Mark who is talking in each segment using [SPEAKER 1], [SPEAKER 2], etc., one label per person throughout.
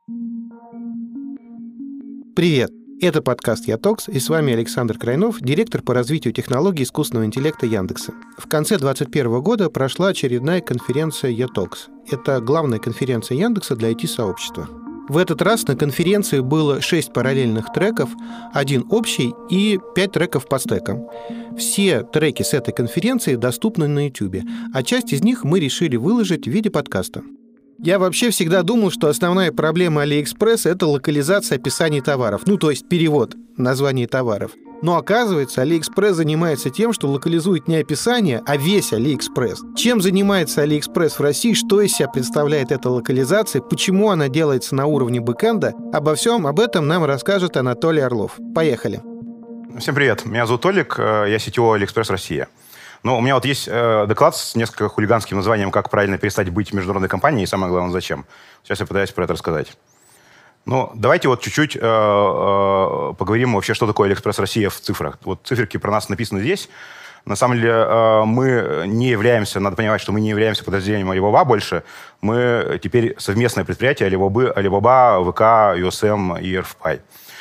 [SPEAKER 1] Привет! Это подкаст «Ятокс», и с вами Александр Крайнов, директор по развитию технологий искусственного интеллекта Яндекса. В конце 2021 года прошла очередная конференция «Ятокс». Это главная конференция Яндекса для IT-сообщества. В этот раз на конференции было 6 параллельных треков, 1 общий и 5 треков по стекам. Все треки с этой конференции доступны на YouTube, а часть из них мы решили выложить в виде подкаста. Я вообще всегда думал, что основная проблема AliExpress — это локализация описаний товаров, то есть перевод названий товаров. Но оказывается, AliExpress занимается тем, что локализует не описание, а весь AliExpress. Чем занимается AliExpress в России, что из себя представляет эта локализация, почему она делается на уровне бэкэнда, об этом нам расскажет Анатолий Орлов. Поехали.
[SPEAKER 2] Всем привет, меня зовут Толик, я CTO AliExpress Россия. У меня есть доклад с несколько хулиганским названием «Как правильно перестать быть международной компанией» и, самое главное, зачем. Сейчас я пытаюсь про это рассказать. Давайте чуть-чуть поговорим вообще, что такое AliExpress Россия в цифрах. Циферки про нас написаны здесь. На самом деле мы не являемся, надо понимать, что мы не являемся подразделением Alibaba больше. Мы теперь совместное предприятие Alibaba, ВК, USM и RFPI.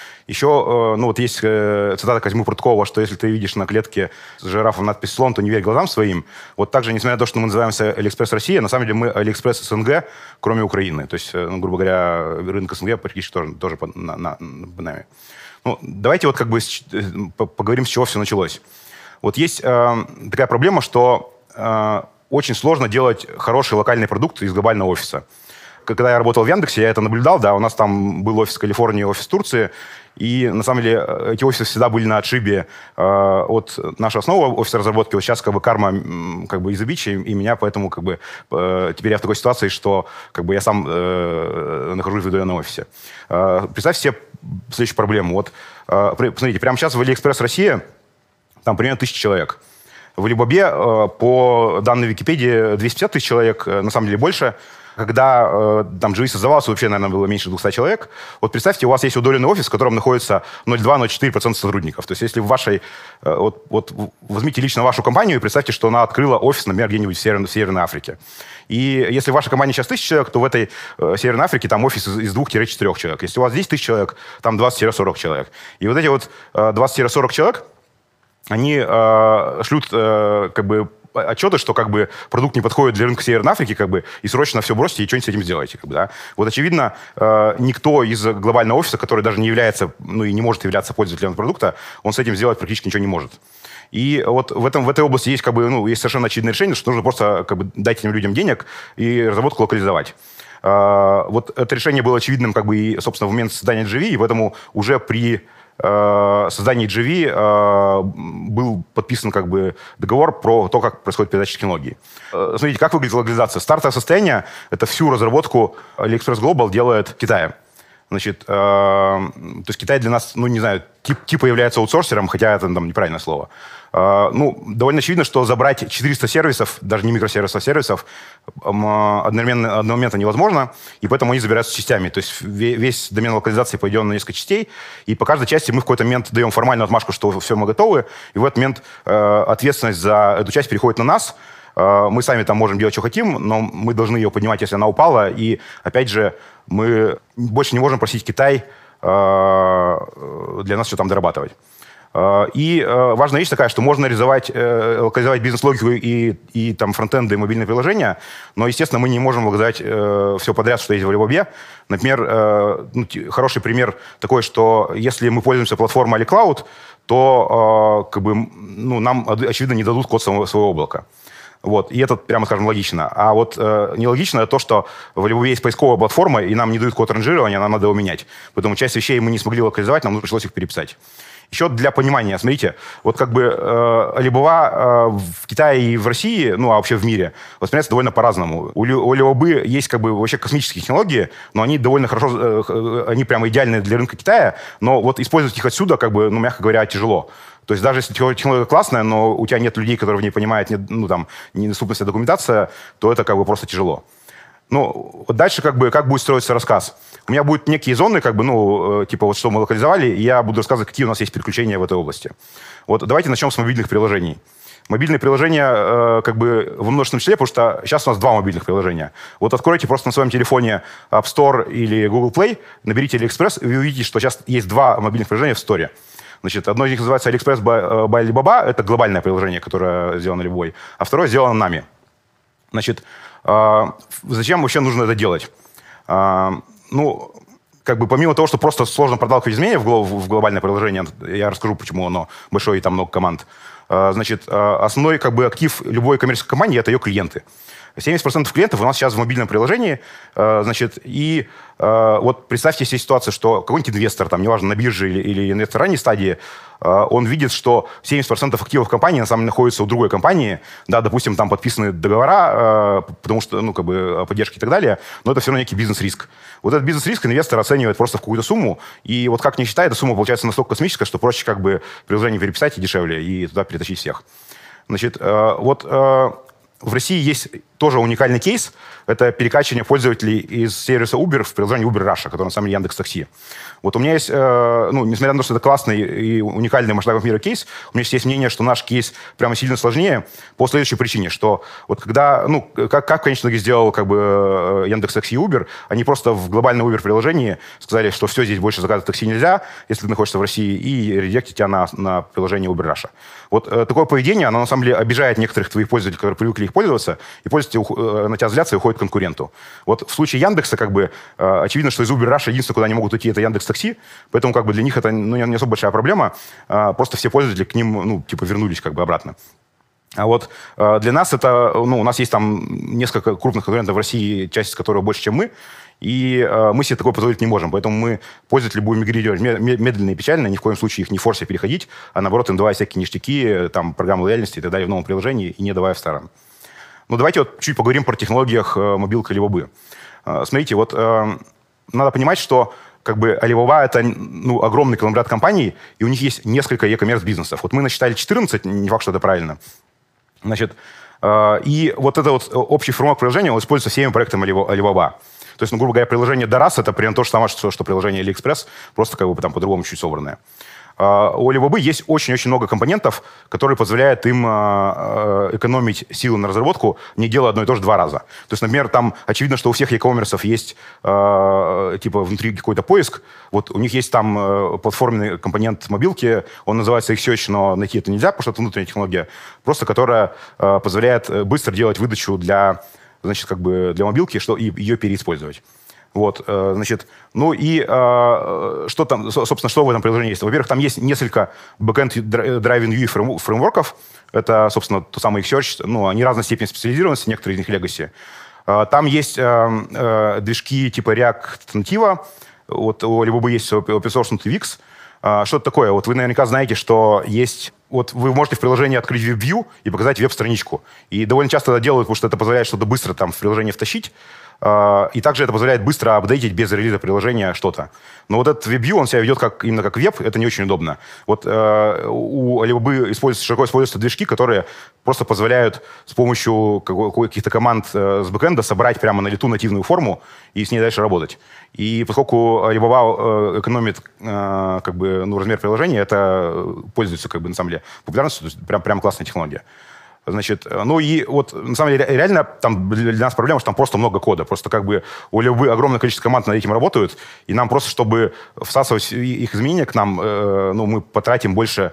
[SPEAKER 2] Еще, есть цитата Козьмы Пруткова, что если ты видишь на клетке с жирафом надпись «Слон», то не верь глазам своим. Также, несмотря на то, что мы называемся AliExpress Россия, на самом деле мы AliExpress СНГ, кроме Украины. То есть, грубо говоря, рынок СНГ практически тоже под нами. Давайте поговорим, с чего все началось. Есть такая проблема, что очень сложно делать хороший локальный продукт из глобального офиса. Когда я работал в Яндексе, я это наблюдал, у нас там был офис Калифорнии, офис Турции, и, на самом деле, эти офисы всегда были на отшибе от нашего основного офиса разработки. Сейчас карма из Ибичи, и меня поэтому теперь я в такой ситуации, что я сам нахожусь в удаленном офисе. Представьте себе следующую проблему. Посмотрите, прямо сейчас в AliExpress Россия там примерно 1000 человек. В Alibaba, по данным Википедии, 250 тысяч человек, на самом деле больше. Когда там GV создавался, вообще, наверное, было меньше 200 человек. Представьте, у вас есть удаленный офис, в котором находится 0,2-0,4% сотрудников. То есть если в вашей... возьмите лично вашу компанию и представьте, что она открыла офис, например, где-нибудь в Северной Африке. И если в вашей компании сейчас 1000 человек, то в этой Северной Африке там офис из 2-4 человек. Если у вас здесь 1000 человек, там 20-40 человек. И эти 20-40 человек, они шлют отчеты, что продукт не подходит для рынка Северной Африки, и срочно все бросьте и что-нибудь с этим сделайте. Очевидно, никто из глобального офиса, который даже не является, и не может являться пользователем продукта, он с этим сделать практически ничего не может. И в этой области есть, есть совершенно очевидное решение, что нужно просто дать этим людям денег и разработку локализовать. Это решение было очевидным, и, собственно, в момент создания GV, и поэтому уже при создании GV был подписан договор про то, как происходит передача технологий. Смотрите, как выглядит локализация. Стартовое состояние — это всю разработку AliExpress Global делает в Китае. То есть Китай для нас, типа является аутсорсером, хотя это неправильное слово. Довольно очевидно, что забрать 400 сервисов, даже не микросервисов, а сервисов, одномоментно невозможно, и поэтому они забираются частями. То есть весь домен локализации пойдет на несколько частей, и по каждой части мы в какой-то момент даем формальную отмашку, что все, мы готовы, и в этот момент ответственность за эту часть переходит на нас. Мы сами там можем делать, что хотим, но мы должны ее поднимать, если она упала, и, опять же, мы больше не можем просить Китай для нас все там дорабатывать. И важная вещь такая, что можно локализовать бизнес-логику и там фронтенды и мобильные приложения, но, естественно, мы не можем локализовать все подряд, что есть в Alibaba. Например, хороший пример такой, что если мы пользуемся платформой AliCloud, то нам, очевидно, не дадут код своего облака. И это, прямо скажем, логично. А нелогично то, что в Alibaba есть поисковая платформа, и нам не дают код ранжирования, нам надо его менять. Поэтому часть вещей мы не смогли локализовать, нам пришлось их переписать. Еще для понимания, смотрите, Alibaba в Китае и в России, а вообще в мире, воспринимается довольно по-разному. У Alibaba есть вообще космические технологии, но они довольно хорошо, они прямо идеальны для рынка Китая, но использовать их отсюда, мягко говоря, тяжело. То есть даже если технология классная, но у тебя нет людей, которые в ней понимают, недоступность документация, то это просто тяжело. Дальше как будет строиться рассказ. У меня будут некие зоны, что мы локализовали, и я буду рассказывать, какие у нас есть переключения в этой области. Давайте начнем с мобильных приложений. Мобильные приложения как бы во множественном числе, потому что сейчас у нас 2 мобильных приложения. Вот откройте просто на своем телефоне App Store или Google Play, наберите AliExpress, и вы увидите, что сейчас есть 2 мобильных приложения в Store. Значит, одно из них называется AliExpress by Alibaba, это глобальное приложение, которое сделано любой, а второе сделано нами. Значит, зачем вообще нужно это делать? Ну, как бы помимо того, что просто сложно проталкивать изменения в глобальное приложение, я расскажу, почему оно большое и там много команд. Значит, основной как бы актив любой коммерческой компании – это ее клиенты. 70% клиентов у нас сейчас в мобильном приложении, значит, и вот представьте себе ситуацию, что какой-нибудь инвестор, там, неважно, на бирже или инвестор ранней стадии, он видит, что 70% активов компании на самом деле находятся у другой компании, да, допустим, там подписаны договора, потому что, ну, как бы, о поддержке и так далее, но это все равно некий бизнес-риск. Вот этот бизнес-риск инвестор оценивает просто в какую-то сумму, и вот как ни считает, эта сумма получается настолько космическая, что проще как бы приложение переписать и дешевле, и туда перетащить всех. Значит, вот в России есть тоже уникальный кейс. Это перекачивание пользователей из сервиса Uber в приложение Uber Russia, которое на самом деле Яндекс.Такси. Вот у меня есть, ну, несмотря на то, что это классный и уникальный в масштабах мира кейс, у меня есть мнение, что наш кейс прямо сильно сложнее по следующей причине, что вот когда, ну, как конечно, сделал как бы Яндекс.Такси и Uber, они просто в глобальном Uber приложении сказали, что все, здесь больше заказывать такси нельзя, если ты находишься в России, и редиректить тебя на приложение Uber Russia. Вот такое поведение, оно на самом деле обижает некоторых твоих пользователей, которые привыкли их пользоваться, и пользователи на тебя злятся и уходят к конкуренту. Вот в случае Яндекса, как бы, очевидно, что из Uber Russia единственное, куда они могут уйти, это Яндекс.Такси, поэтому как бы для них это, ну, не особо большая проблема, просто все пользователи к ним, ну, типа, вернулись как бы обратно. А вот для нас это, ну, у нас есть там несколько крупных конкурентов в России, часть из которых больше, чем мы, и мы себе такое позволить не можем. Поэтому мы пользователи будем мигрировать медленно и печально, ни в коем случае их не форся переходить, а наоборот им давая всякие ништяки, там, программы лояльности и так далее в новом приложении, и не давая в старом. Ну, давайте вот чуть поговорим про технологиях мобилка Alibaba. Смотрите, вот надо понимать, что как бы Alibaba — это, ну, огромный конгломерат компаний, и у них есть несколько e-commerce бизнесов. Вот мы насчитали 14, не факт, что это правильно. Значит, и вот это вот общий фреймворк приложения, он используется всеми проектами Alibaba. То есть, ну, грубо говоря, приложение Daraz — это примерно то же самое, что приложение AliExpress, просто как бы там по-другому чуть собранное. У Alibaba есть очень-очень много компонентов, которые позволяют им экономить силы на разработку, не делая одно и то же 2 раза. То есть, например, там очевидно, что у всех e-commerce есть типа внутри какой-то поиск. Вот у них есть там платформенный компонент мобилки, он называется Xsearch, но найти это нельзя, потому что это внутренняя технология, просто которая позволяет быстро делать выдачу для, значит, как бы для мобилки, и ее переиспользовать. Вот, значит, ну и что там, собственно, что в этом приложении есть? Во-первых, там есть несколько backend driving view фреймворков. Это, собственно, тот самый Xsearch. Ну, они разной степени специализированности, некоторые из них legacy. Там есть движки типа React Native. Вот у Alibaba есть open source Wix. Что это такое? Вот вы наверняка знаете, что есть... Вот вы можете в приложении открыть WebView и показать веб-страничку. И довольно часто это делают, потому что это позволяет что-то быстро там в приложение втащить. И также это позволяет быстро апдейтить без релиза приложения что-то. Но вот этот WebView, он себя ведет именно как веб, это не очень удобно. Вот у Alibaba широко используются движки, которые просто позволяют с помощью каких-то команд с бэкэнда собрать прямо на лету нативную форму и с ней дальше работать. И поскольку Alibaba экономит как бы, ну, размер приложения, это пользуется как бы, на самом деле популярностью, то есть прям классная технология. Значит, ну и вот, на самом деле, реально там для нас проблема, что там просто много кода. Просто как бы у Alibaba огромное количество команд над этим работают, и нам просто, чтобы всасывать их изменения к нам, ну, мы потратим больше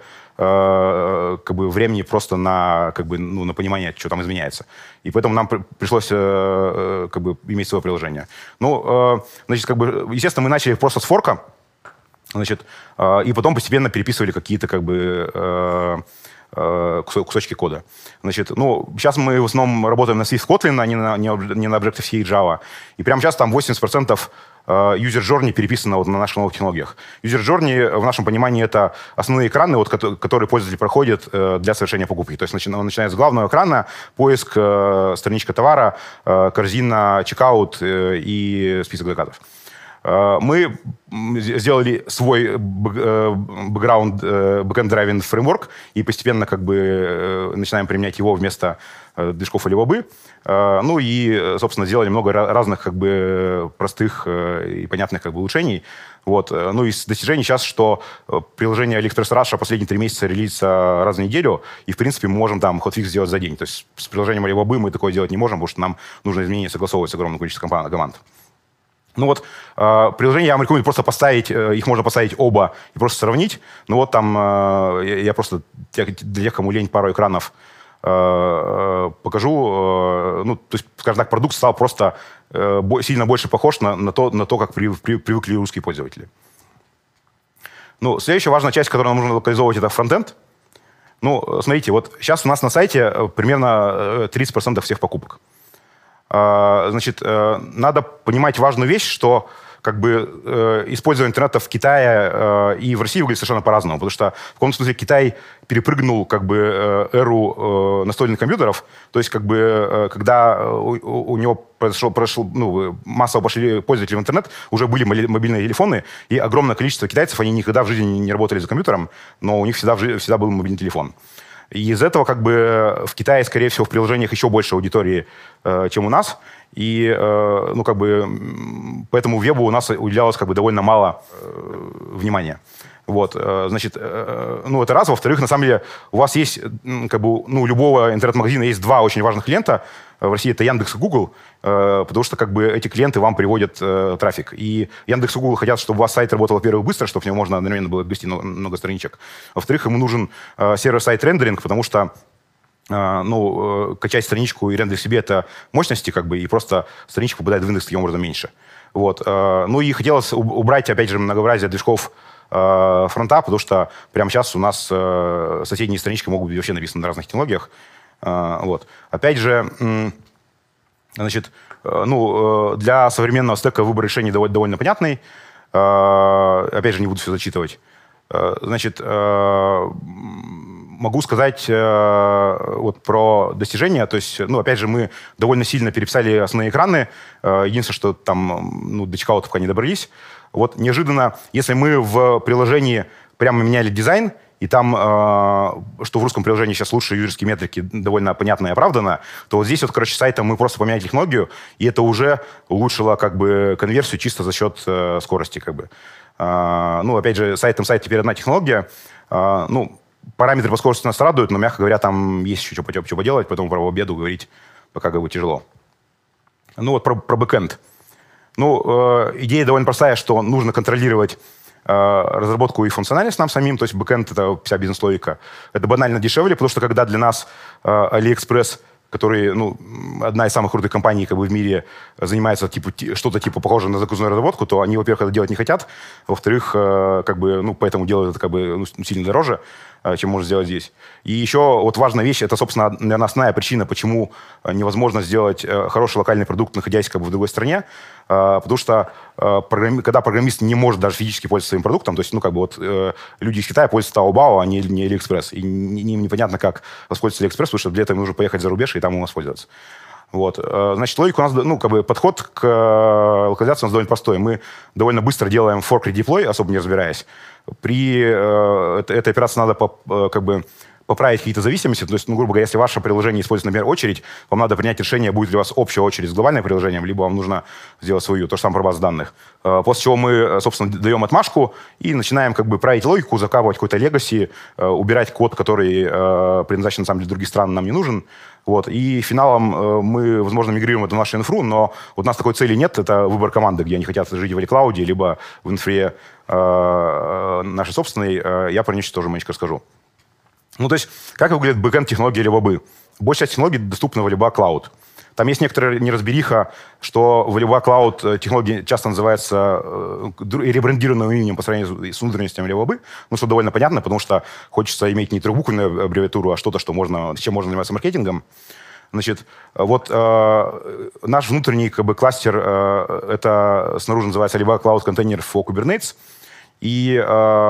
[SPEAKER 2] как бы времени просто на, как бы, ну, на понимание, что там изменяется. И поэтому нам пришлось как бы иметь свое приложение. Ну, значит, как бы, естественно, мы начали просто с форка, значит, и потом постепенно переписывали какие-то как бы кусочки кода. Значит, ну, сейчас мы в основном работаем на Swift Kotlin, а не на Objective-C и Java. И прямо сейчас там 80% user journey переписано вот на наших новых технологиях. User journey, в нашем понимании, это основные экраны, вот, которые пользователь проходит для совершения покупки. То есть он начинает с главного экрана, поиск, страничка товара, корзина, чекаут и список заказов. Мы сделали свой бэкграунд, backend-driven фреймворк и постепенно как бы начинаем применять его вместо движков Alibaba. Ну и, собственно, сделали много разных как бы простых и понятных как бы улучшений. Вот. Ну, из достижений сейчас, что приложение AliExpress Russia последние 3 месяца релизится раз в неделю, и, в принципе, мы можем там хотфикс сделать за день. То есть с приложением Alibaba мы такое делать не можем, потому что нам нужно изменения согласовывать с огромным количеством команд. Ну вот, приложение я вам рекомендую просто поставить, их можно поставить оба и просто сравнить. Ну вот там я просто для тех, кому лень, пару экранов покажу. Ну, то есть, скажем так, продукт стал просто сильно больше похож на то, как привыкли русские пользователи. Ну, следующая важная часть, которую нам нужно локализовывать, это фронтенд. Ну, смотрите, вот сейчас у нас на сайте примерно 30% всех покупок. Значит, надо понимать важную вещь, что как бы использование интернета в Китае и в России выглядит совершенно по-разному, потому что в каком-то смысле Китай перепрыгнул как бы эру настольных компьютеров, то есть как бы когда у него произошло, ну, массово пошли пользователи в интернет, уже были мобильные телефоны, и огромное количество китайцев, они никогда в жизни не работали за компьютером, но у них всегда был мобильный телефон. И из этого как бы в Китае, скорее всего, в приложениях еще больше аудитории, чем у нас. И, ну, как бы, поэтому вебу у нас уделялось как бы довольно мало внимания. Вот, значит, ну, это раз. Во-вторых, на самом деле, у вас есть, как бы, ну, у любого интернет-магазина есть 2 очень важных клиента. В России это Яндекс и Google, потому что, как бы, эти клиенты вам приводят трафик. И Яндекс и Google хотят, чтобы у вас сайт работал, во-первых, быстро, чтобы в него можно одновременно было ввести много страничек. Во-вторых, ему нужен сервер-сайт рендеринг, потому что ну, качать страничку и рендерить себе это мощности, как бы, и просто страничка попадает в индекс таким образом меньше. Вот. Ну и хотелось убрать, опять же, многообразие движков фронта, потому что прямо сейчас у нас соседние странички могут быть вообще написаны на разных технологиях. Вот. Опять же, значит, ну, для современного стека выбор решений довольно понятный. Опять же, не буду все зачитывать. Значит, могу сказать вот про достижения. То есть, ну, опять же, мы довольно сильно переписали основные экраны. Единственное, что там, ну, до чекаута пока не добрались. Вот неожиданно, если мы в приложении прямо меняли дизайн, и там, что в русском приложении сейчас лучшие юзерские метрики довольно понятно и оправдано, то вот здесь вот, короче, сайтом мы просто поменяли технологию, и это уже улучшило как бы конверсию чисто за счет скорости, как бы. Ну, опять же, сайт теперь одна технология. Ну, параметры по скорости нас радуют, но, мягко говоря, там есть еще что поделать, поэтому про обеду говорить пока как бы тяжело. Ну, вот про бэкэнд. Ну, идея довольно простая, что нужно контролировать разработку и функциональность нам самим, то есть бэкэнд — это вся бизнес-логика. Это банально дешевле, потому что когда для нас AliExpress, который, ну, одна из самых крутых компаний как бы в мире, занимается что-то типа похожее на заказную разработку, то они, во-первых, это делать не хотят, во-вторых, как бы, ну, поэтому делают это как бы, ну, сильно дороже, чем можно сделать здесь. И еще вот важная вещь, это, собственно, наверное, основная причина, почему невозможно сделать хороший локальный продукт, находясь как бы в другой стране, потому что когда программист не может даже физически пользоваться своим продуктом, то есть, ну, как бы вот люди из Китая пользуются Taobao, а не AliExpress, и им непонятно, как воспользоваться AliExpress, потому что для этого им нужно поехать за рубеж и там им воспользоваться. Вот. Значит, логика у нас, ну, как бы подход к локализации у нас довольно простой. Мы довольно быстро делаем fork и deploy, особо не разбираясь. При этой операции надо как бы поправить какие-то зависимости. То есть, ну, грубо говоря, если ваше приложение использует, например, очередь, вам надо принять решение, будет ли у вас общая очередь с глобальным приложением, либо вам нужно сделать свою, то же самое про базу данных. После чего мы, собственно, даем отмашку и начинаем как бы править логику, закапывать какой-то legacy, убирать код, который предназначен, на самом деле, для других стран, нам не нужен. Вот. И финалом мы, возможно, мигрируем это в нашу инфру, но вот у нас такой цели нет. Это выбор команды, где они хотят жить в iCloud, либо в инфре нашей собственной. Я про нее тоже маленько расскажу. Ну, то есть, как выглядит бэкэнд технологии Alibaba? Большая часть технологий доступна в Alibaba Cloud. Там есть некоторая неразбериха, что в Alibaba Cloud технология часто называется ребрендированным именем по сравнению с внутренностями Alibaba, ну, что довольно понятно, потому что хочется иметь не трехбуквенную аббревиатуру, а что-то, чем можно заниматься маркетингом. Значит, вот наш внутренний как бы кластер, это снаружи называется Alibaba Cloud Container for Kubernetes, и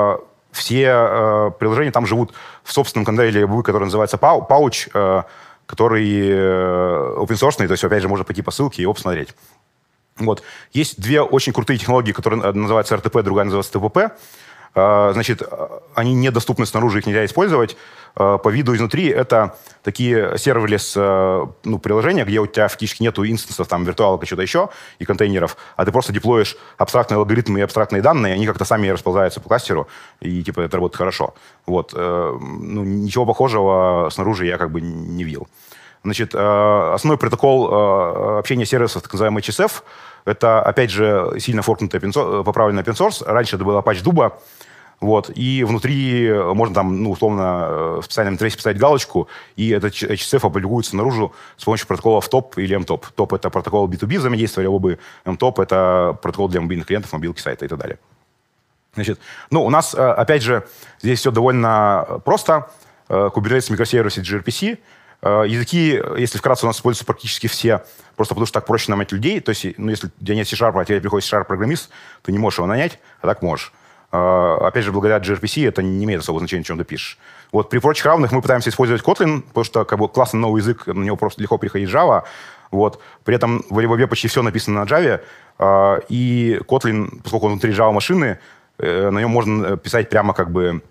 [SPEAKER 2] все приложения там живут в собственном контейнере Alibaba, который называется Pouch, который open-source, то есть, опять же, можно пойти по ссылке и его посмотреть. Вот. Есть две очень крутые технологии, которые называются RTP, другая называется TPP. Значит, они недоступны снаружи, их нельзя использовать. По виду изнутри это такие серверлес приложения, где у тебя фактически нету инстансов, там, виртуалок и что-то еще, и контейнеров, а ты просто деплоишь абстрактные алгоритмы и абстрактные данные, они как-то сами расползаются по кластеру, и типа это работает хорошо. Вот. Ничего похожего снаружи я как бы не видел. Значит, основной протокол общения сервисов, так называемый HSF, это, опять же, сильно форкнутый, поправленный open source. Раньше это был Apache Duba. Вот, и внутри можно там, условно, в специальном интерфейсе поставить галочку, и этот HSF опубликуется наружу с помощью протоколов TOP или MTOP. TOP — это протокол B2B взаимодействия, либо MTOP — это протокол для мобильных клиентов, мобилки сайта и так далее. Значит, у нас, опять же, здесь все довольно просто. Kubernetes, микросервисы, gRPC. Языки, если вкратце, у нас используются практически все, просто потому что так проще нанять людей. То есть, если у тебя нет C-Sharp, а тебе приходит C-Sharp-программист, ты не можешь его нанять, а так можешь. Опять же, благодаря gRPC это не имеет особого значения, чем ты пишешь. Вот при прочих равных мы пытаемся использовать Kotlin, потому что как бы классный новый язык, на него просто легко переходить Java. Вот. При этом в LibVB почти все написано на Java, и Kotlin, поскольку он внутри Java машины, на нем можно писать прямо как бы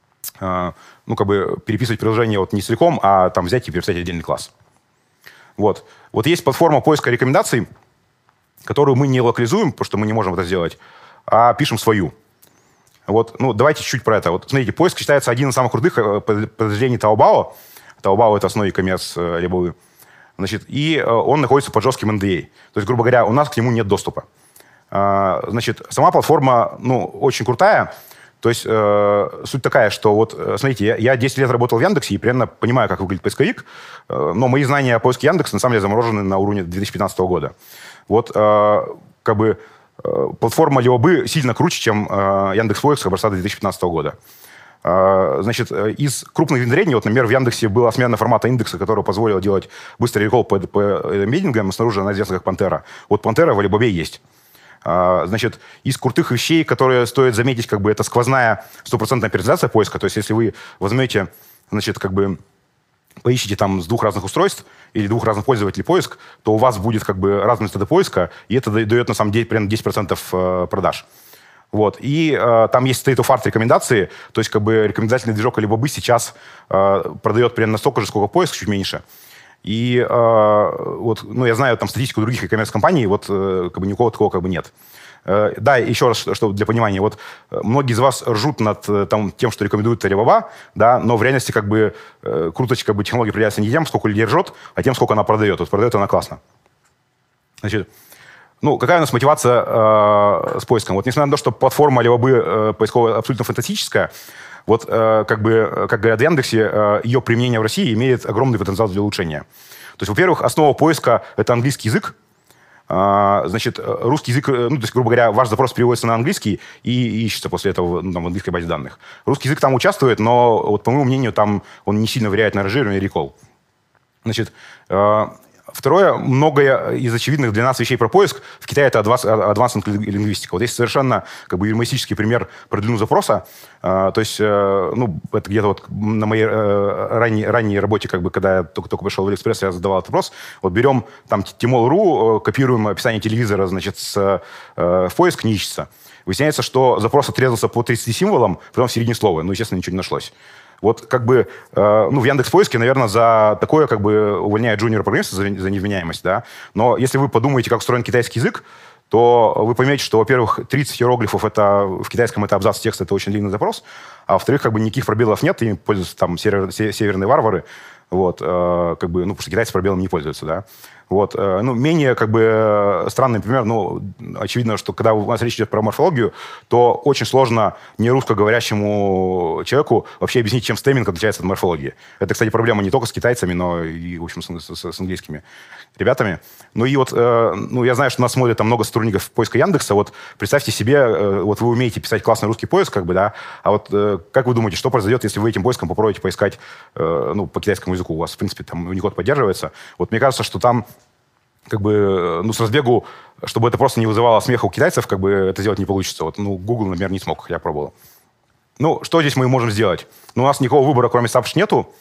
[SPEAKER 2] переписывать приложение вот не целиком, а там взять и переписать отдельный класс. Вот. Вот есть платформа поиска рекомендаций, которую мы не локализуем, потому что мы не можем это сделать, а пишем свою. Вот, давайте чуть-чуть про это. Вот, смотрите, поиск считается одним из самых крутых подразделений Taobao. Taobao — это основной e-commerce либо. Значит, и он находится под жестким NDA. То есть, грубо говоря, у нас к нему нет доступа. Значит, сама платформа, очень крутая. То есть суть такая, что вот, смотрите, я 10 лет работал в Яндексе и примерно понимаю, как выглядит поисковик, но мои знания о поиске Яндекса на самом деле заморожены на уровне 2015 года. Вот, как бы, платформа LibVB сильно круче, чем Яндекс.Поиск образца 2015 года. Значит, из крупных внедрений, вот, например, в Яндексе была смена формата индекса, которая позволила делать быстрый рекол по эмбеддингам, снаружи она известна как Pantera. Вот Pantera в LibVB есть. Значит, из крутых вещей, которые стоит заметить, как бы это сквозная стопроцентная периодизация поиска. То есть, если вы возьмете, значит, как бы поищите там с двух разных устройств или двух разных пользователей поиск, то у вас будет как бы разные методы поиска, и это дает на самом деле примерно 10% продаж. Вот. И там есть state of art рекомендации, то есть как бы рекомендательный движок LibVB сейчас продает примерно столько же, сколько поиск, чуть меньше. И вот, я знаю там статистику других e-commerce компаний, вот как бы никакого такого как бы нет. Да, еще раз, чтобы для понимания, вот многие из вас ржут над тем, что рекомендует Alibaba, да, но в реальности как бы крутость как бы технологии определяется не тем, сколько людей ржет, а тем, сколько она продает. Вот продает она классно. Значит, какая у нас мотивация с поиском? Вот несмотря на то, что платформа LibVB поисковая абсолютно фантастическая, вот как говорят в Яндексе, ее применение в России имеет огромный потенциал для улучшения. То есть, во-первых, основа поиска — это английский язык. Значит, русский язык, то есть, грубо говоря, ваш запрос переводится на английский и ищется после этого в английской базе данных. Русский язык там участвует, но, вот, по моему мнению, там он не сильно влияет на ранжирование и рекол. Значит, второе, многое из очевидных для нас вещей про поиск в Китае — это advanced linguistic. Вот есть совершенно как бы юмористический пример про длину запроса. То есть, это где-то вот на моей ранней работе, как бы, когда я только пришел в Алиэкспресс, я задавал этот вопрос. Вот берем там Tmall.ru, копируем описание телевизора, значит, в поиск, не ищется. Выясняется, что запрос отрезался по 30 символам, потом в середине слова. Естественно, ничего не нашлось. Вот как бы, в Яндекс.Поиске, наверное, за такое как бы увольняют джуниор-программиста за невменяемость, да. Но если вы подумаете, как устроен китайский язык, то вы поймете, что, во-первых, 30 иероглифов в китайском это абзац текста, это очень длинный запрос, а во-вторых, как бы никаких пробелов нет, ими пользуются там северные варвары, вот, как бы, потому что китайцы пробелами не пользуются, да. Вот, менее, как бы, странный пример, очевидно, что когда у нас речь идет про морфологию, то очень сложно не русскоговорящему человеку вообще объяснить, чем стемминг отличается от морфологии. Это, кстати, проблема не только с китайцами, но и, в общем, с английскими ребятами. И вот, я знаю, что нас смотрят там много сотрудников поиска Яндекса. Вот представьте себе, вот вы умеете писать классный русский поиск, как бы, да, а вот как вы думаете, что произойдет, если вы этим поиском попробуете поискать, по китайскому языку? У вас, в принципе, там Unicode поддерживается. Вот мне кажется, что там как бы, с разбегу, чтобы это просто не вызывало смеха у китайцев, как бы это сделать не получится. Вот, Google, например, не смог, я пробовал. Что здесь мы можем сделать? У нас никакого выбора, кроме Sapch, нету.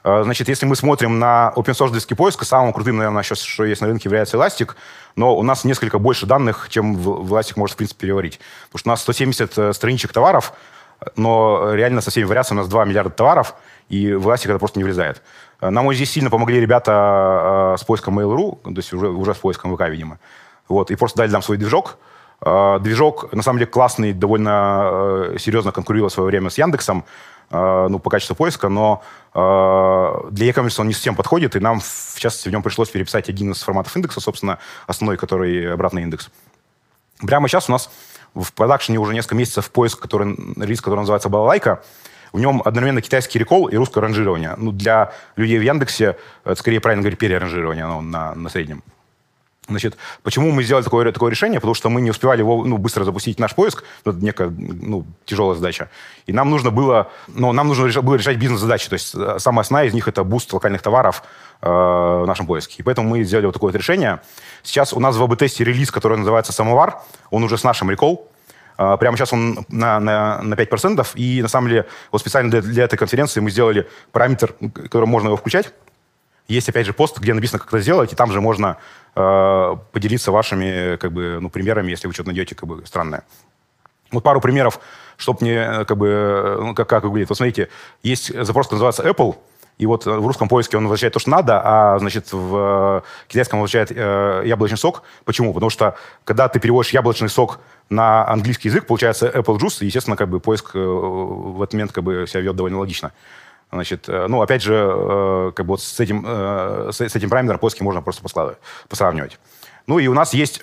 [SPEAKER 2] Значит, если мы смотрим на open-source диски поиска, самым крутым, наверное, сейчас, что есть на рынке, является Elastic, но у нас несколько больше данных, чем в Elastic может, в принципе, переварить. Потому что у нас 170 страничек товаров, но реально со всеми вариациями у нас 2 миллиарда товаров, и в Elastic это просто не влезает. Нам здесь сильно помогли ребята с поиском Mail.ru, то есть уже с поиском ВК, видимо. Вот, и просто дали нам свой движок. Движок, на самом деле, классный, довольно серьезно конкурировал в свое время с Яндексом, по качеству поиска, но для e-commerce он не совсем подходит, и нам, в частности, в нем пришлось переписать один из форматов индекса, собственно, основной, который обратный индекс. Прямо сейчас у нас в продакшене уже несколько месяцев релиз, который называется «Балалайка». В нем одновременно китайский рекол и русское ранжирование. Для людей в Яндексе это, скорее, правильно говорить, переранжирование на среднем. Значит, почему мы сделали такое решение? Потому что мы не успевали его быстро запустить наш поиск. Это некая тяжелая задача. И нам нужно было решать бизнес-задачи. То есть самая основная из них – это буст локальных товаров в нашем поиске. И поэтому мы сделали вот такое решение. Сейчас у нас в АБ-тесте релиз, который называется «Самовар». Он уже с нашим рекол. Прямо сейчас он на 5%. И на самом деле вот специально для этой конференции мы сделали параметр, которым можно его включать. Есть, опять же, пост, где написано, как это сделать, и там же можно поделиться вашими примерами, если вы что-то найдете странное. Вот пару примеров, чтобы мне как выглядит. Вот смотрите, есть запрос, который называется Apple, и вот в русском поиске он возвращает то, что надо, а, значит, в китайском возвращает яблочный сок. Почему? Потому что, когда ты переводишь яблочный сок на английский язык, получается Apple Juice, и, естественно, поиск в этот момент себя ведет довольно логично. Значит, опять же, вот с этим параметром поиски можно просто посравнивать. И у нас есть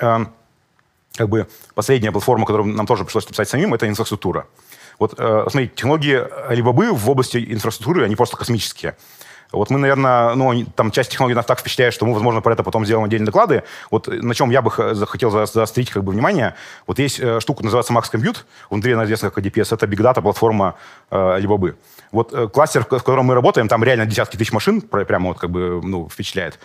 [SPEAKER 2] последняя платформа, которую нам тоже пришлось написать самим, это инфраструктура. Вот, смотрите, технологии Alibaba в области инфраструктуры, они просто космические. Вот мы, наверное, там часть технологий нас так впечатляет, что мы, возможно, про это потом сделаем отдельные доклады. Вот на чем я бы хотел заострить внимание. Вот есть штука, называется Max Compute, внутри она известна как ADPS, это Big Data платформа Alibaba. Вот кластер, в котором мы работаем, там реально десятки тысяч машин, прямо впечатляет.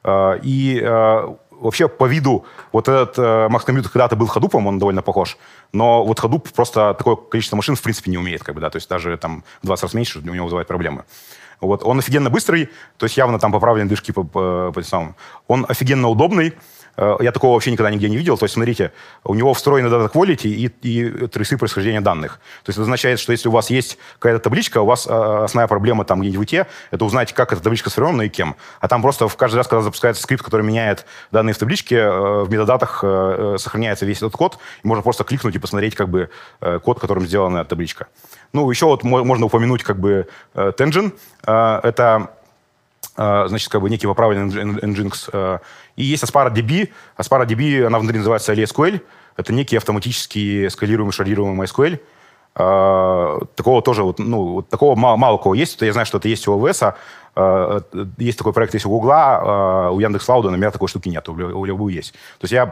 [SPEAKER 2] И вообще по виду вот этот Max Compute когда-то был Hadoop, он довольно похож, но вот Hadoop просто такое количество машин в принципе не умеет, то есть даже там в 20 раз меньше у него вызывает проблемы. Вот. Он офигенно быстрый, то есть явно там поправлены движки по самому. Он офигенно удобный. Я такого вообще никогда нигде не видел. То есть, смотрите, у него встроены data quality и трейсы происхождения данных. То есть это означает, что если у вас есть какая-то табличка, у вас основная проблема там где-нибудь в ИТ, это узнать, как эта табличка сформирована и кем. А там просто в каждый раз, когда запускается скрипт, который меняет данные в табличке, в метадатах сохраняется весь этот код, и можно просто кликнуть и посмотреть код, которым сделана эта табличка. Еще вот можно упомянуть Tengen. Это значит, некий поправленный Nginx. И есть Aspara DB. Aspara DB, она внутри называется AliSQL. Это некий автоматически скалируемый, шардируемый MySQL. Такого тоже, такого мало у кого есть. Я знаю, что это есть у AWS. Есть такой проект, есть у Гугла, у Яндекс.Клауда, например, такой штуки нет, у Alibaba есть. То есть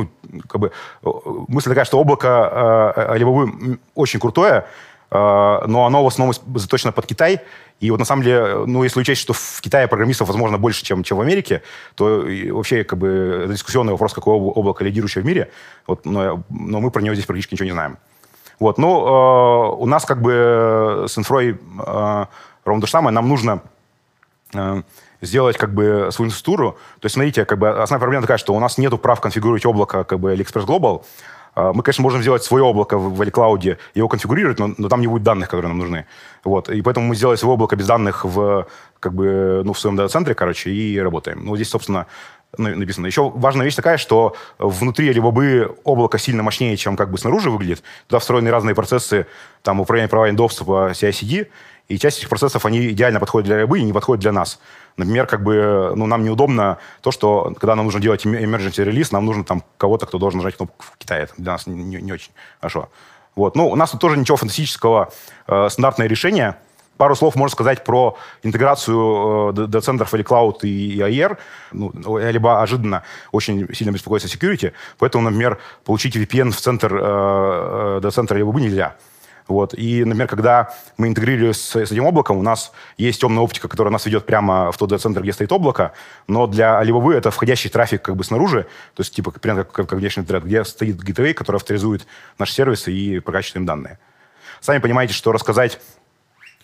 [SPEAKER 2] мысль такая, что облако Alibaba очень крутое, но оно в основном заточено под Китай. И вот на самом деле, если учесть, что в Китае программистов, возможно, больше, чем в Америке, то вообще дискуссионный вопрос, какое облако лидирующее в мире, но мы про него здесь практически ничего не знаем. Вот, у нас с инфрой ровно то же самое. Нам нужно сделать свою инфраструктуру. То есть, смотрите, основная проблема такая, что у нас нет прав конфигурировать облако AliExpress Global. Мы, конечно, можем сделать свое облако в AliCloud, его конфигурировать, но там не будет данных, которые нам нужны. Вот. И поэтому мы сделали свое облако без данных в своем дата-центре, и работаем. Здесь, собственно, написано. Еще важная вещь такая, что внутри Alibaba облако сильно мощнее, чем снаружи выглядит. Туда встроены разные процессы, там, управления правами доступа, CI/CD, и часть этих процессов, они идеально подходят для Alibaba и не подходят для нас. Например, нам неудобно то, что когда нам нужно делать emergency релиз, нам нужно там кого-то, кто должен нажать кнопку в Китае. Это для нас не очень хорошо. Вот. У нас тут тоже ничего фантастического, стандартное решение. Пару слов можно сказать про интеграцию дата-центров AliCloud и AIR. Alibaba ожиданно очень сильно беспокоится о security, поэтому, например, получить VPN в центр дата-центра Alibaba нельзя. Вот. И, например, когда мы интегрировали с этим облаком, у нас есть темная оптика, которая нас ведет прямо в тот дата-центр, где стоит облако, но для Alibaba это входящий трафик снаружи, то есть прямо как внешний интернет, где стоит gateway, который авторизует наши сервисы и прокачивает им данные. Сами понимаете, что рассказать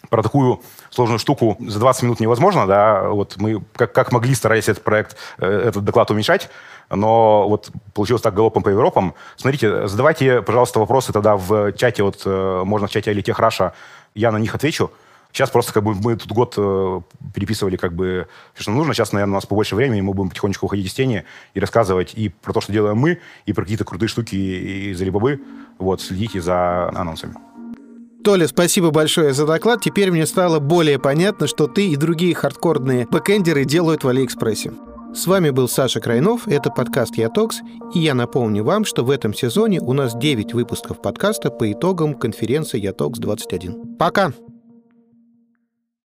[SPEAKER 2] про такую сложную штуку за 20 минут невозможно, да, вот мы как могли старались этот доклад уменьшать, но вот получилось так галопом по Европам. Смотрите, задавайте, пожалуйста, вопросы тогда в чате, вот можно в чате Литех Раша, я на них отвечу. Сейчас просто как бы мы тут год переписывали как бы все, что нужно. Сейчас, наверное, у нас побольше времени, мы будем потихонечку уходить из тени и рассказывать и про то, что делаем мы, и про какие-то крутые штуки из Alibaba. Вот, следите за анонсами.
[SPEAKER 1] Толя, спасибо большое за доклад. Теперь мне стало более понятно, что ты и другие хардкорные бэкэндеры делают в Алиэкспрессе. С вами был Саша Крайнов, это подкаст «Ятокс», и я напомню вам, что в этом сезоне у нас 9 выпусков подкаста по итогам конференции «Ятокс 21». Пока!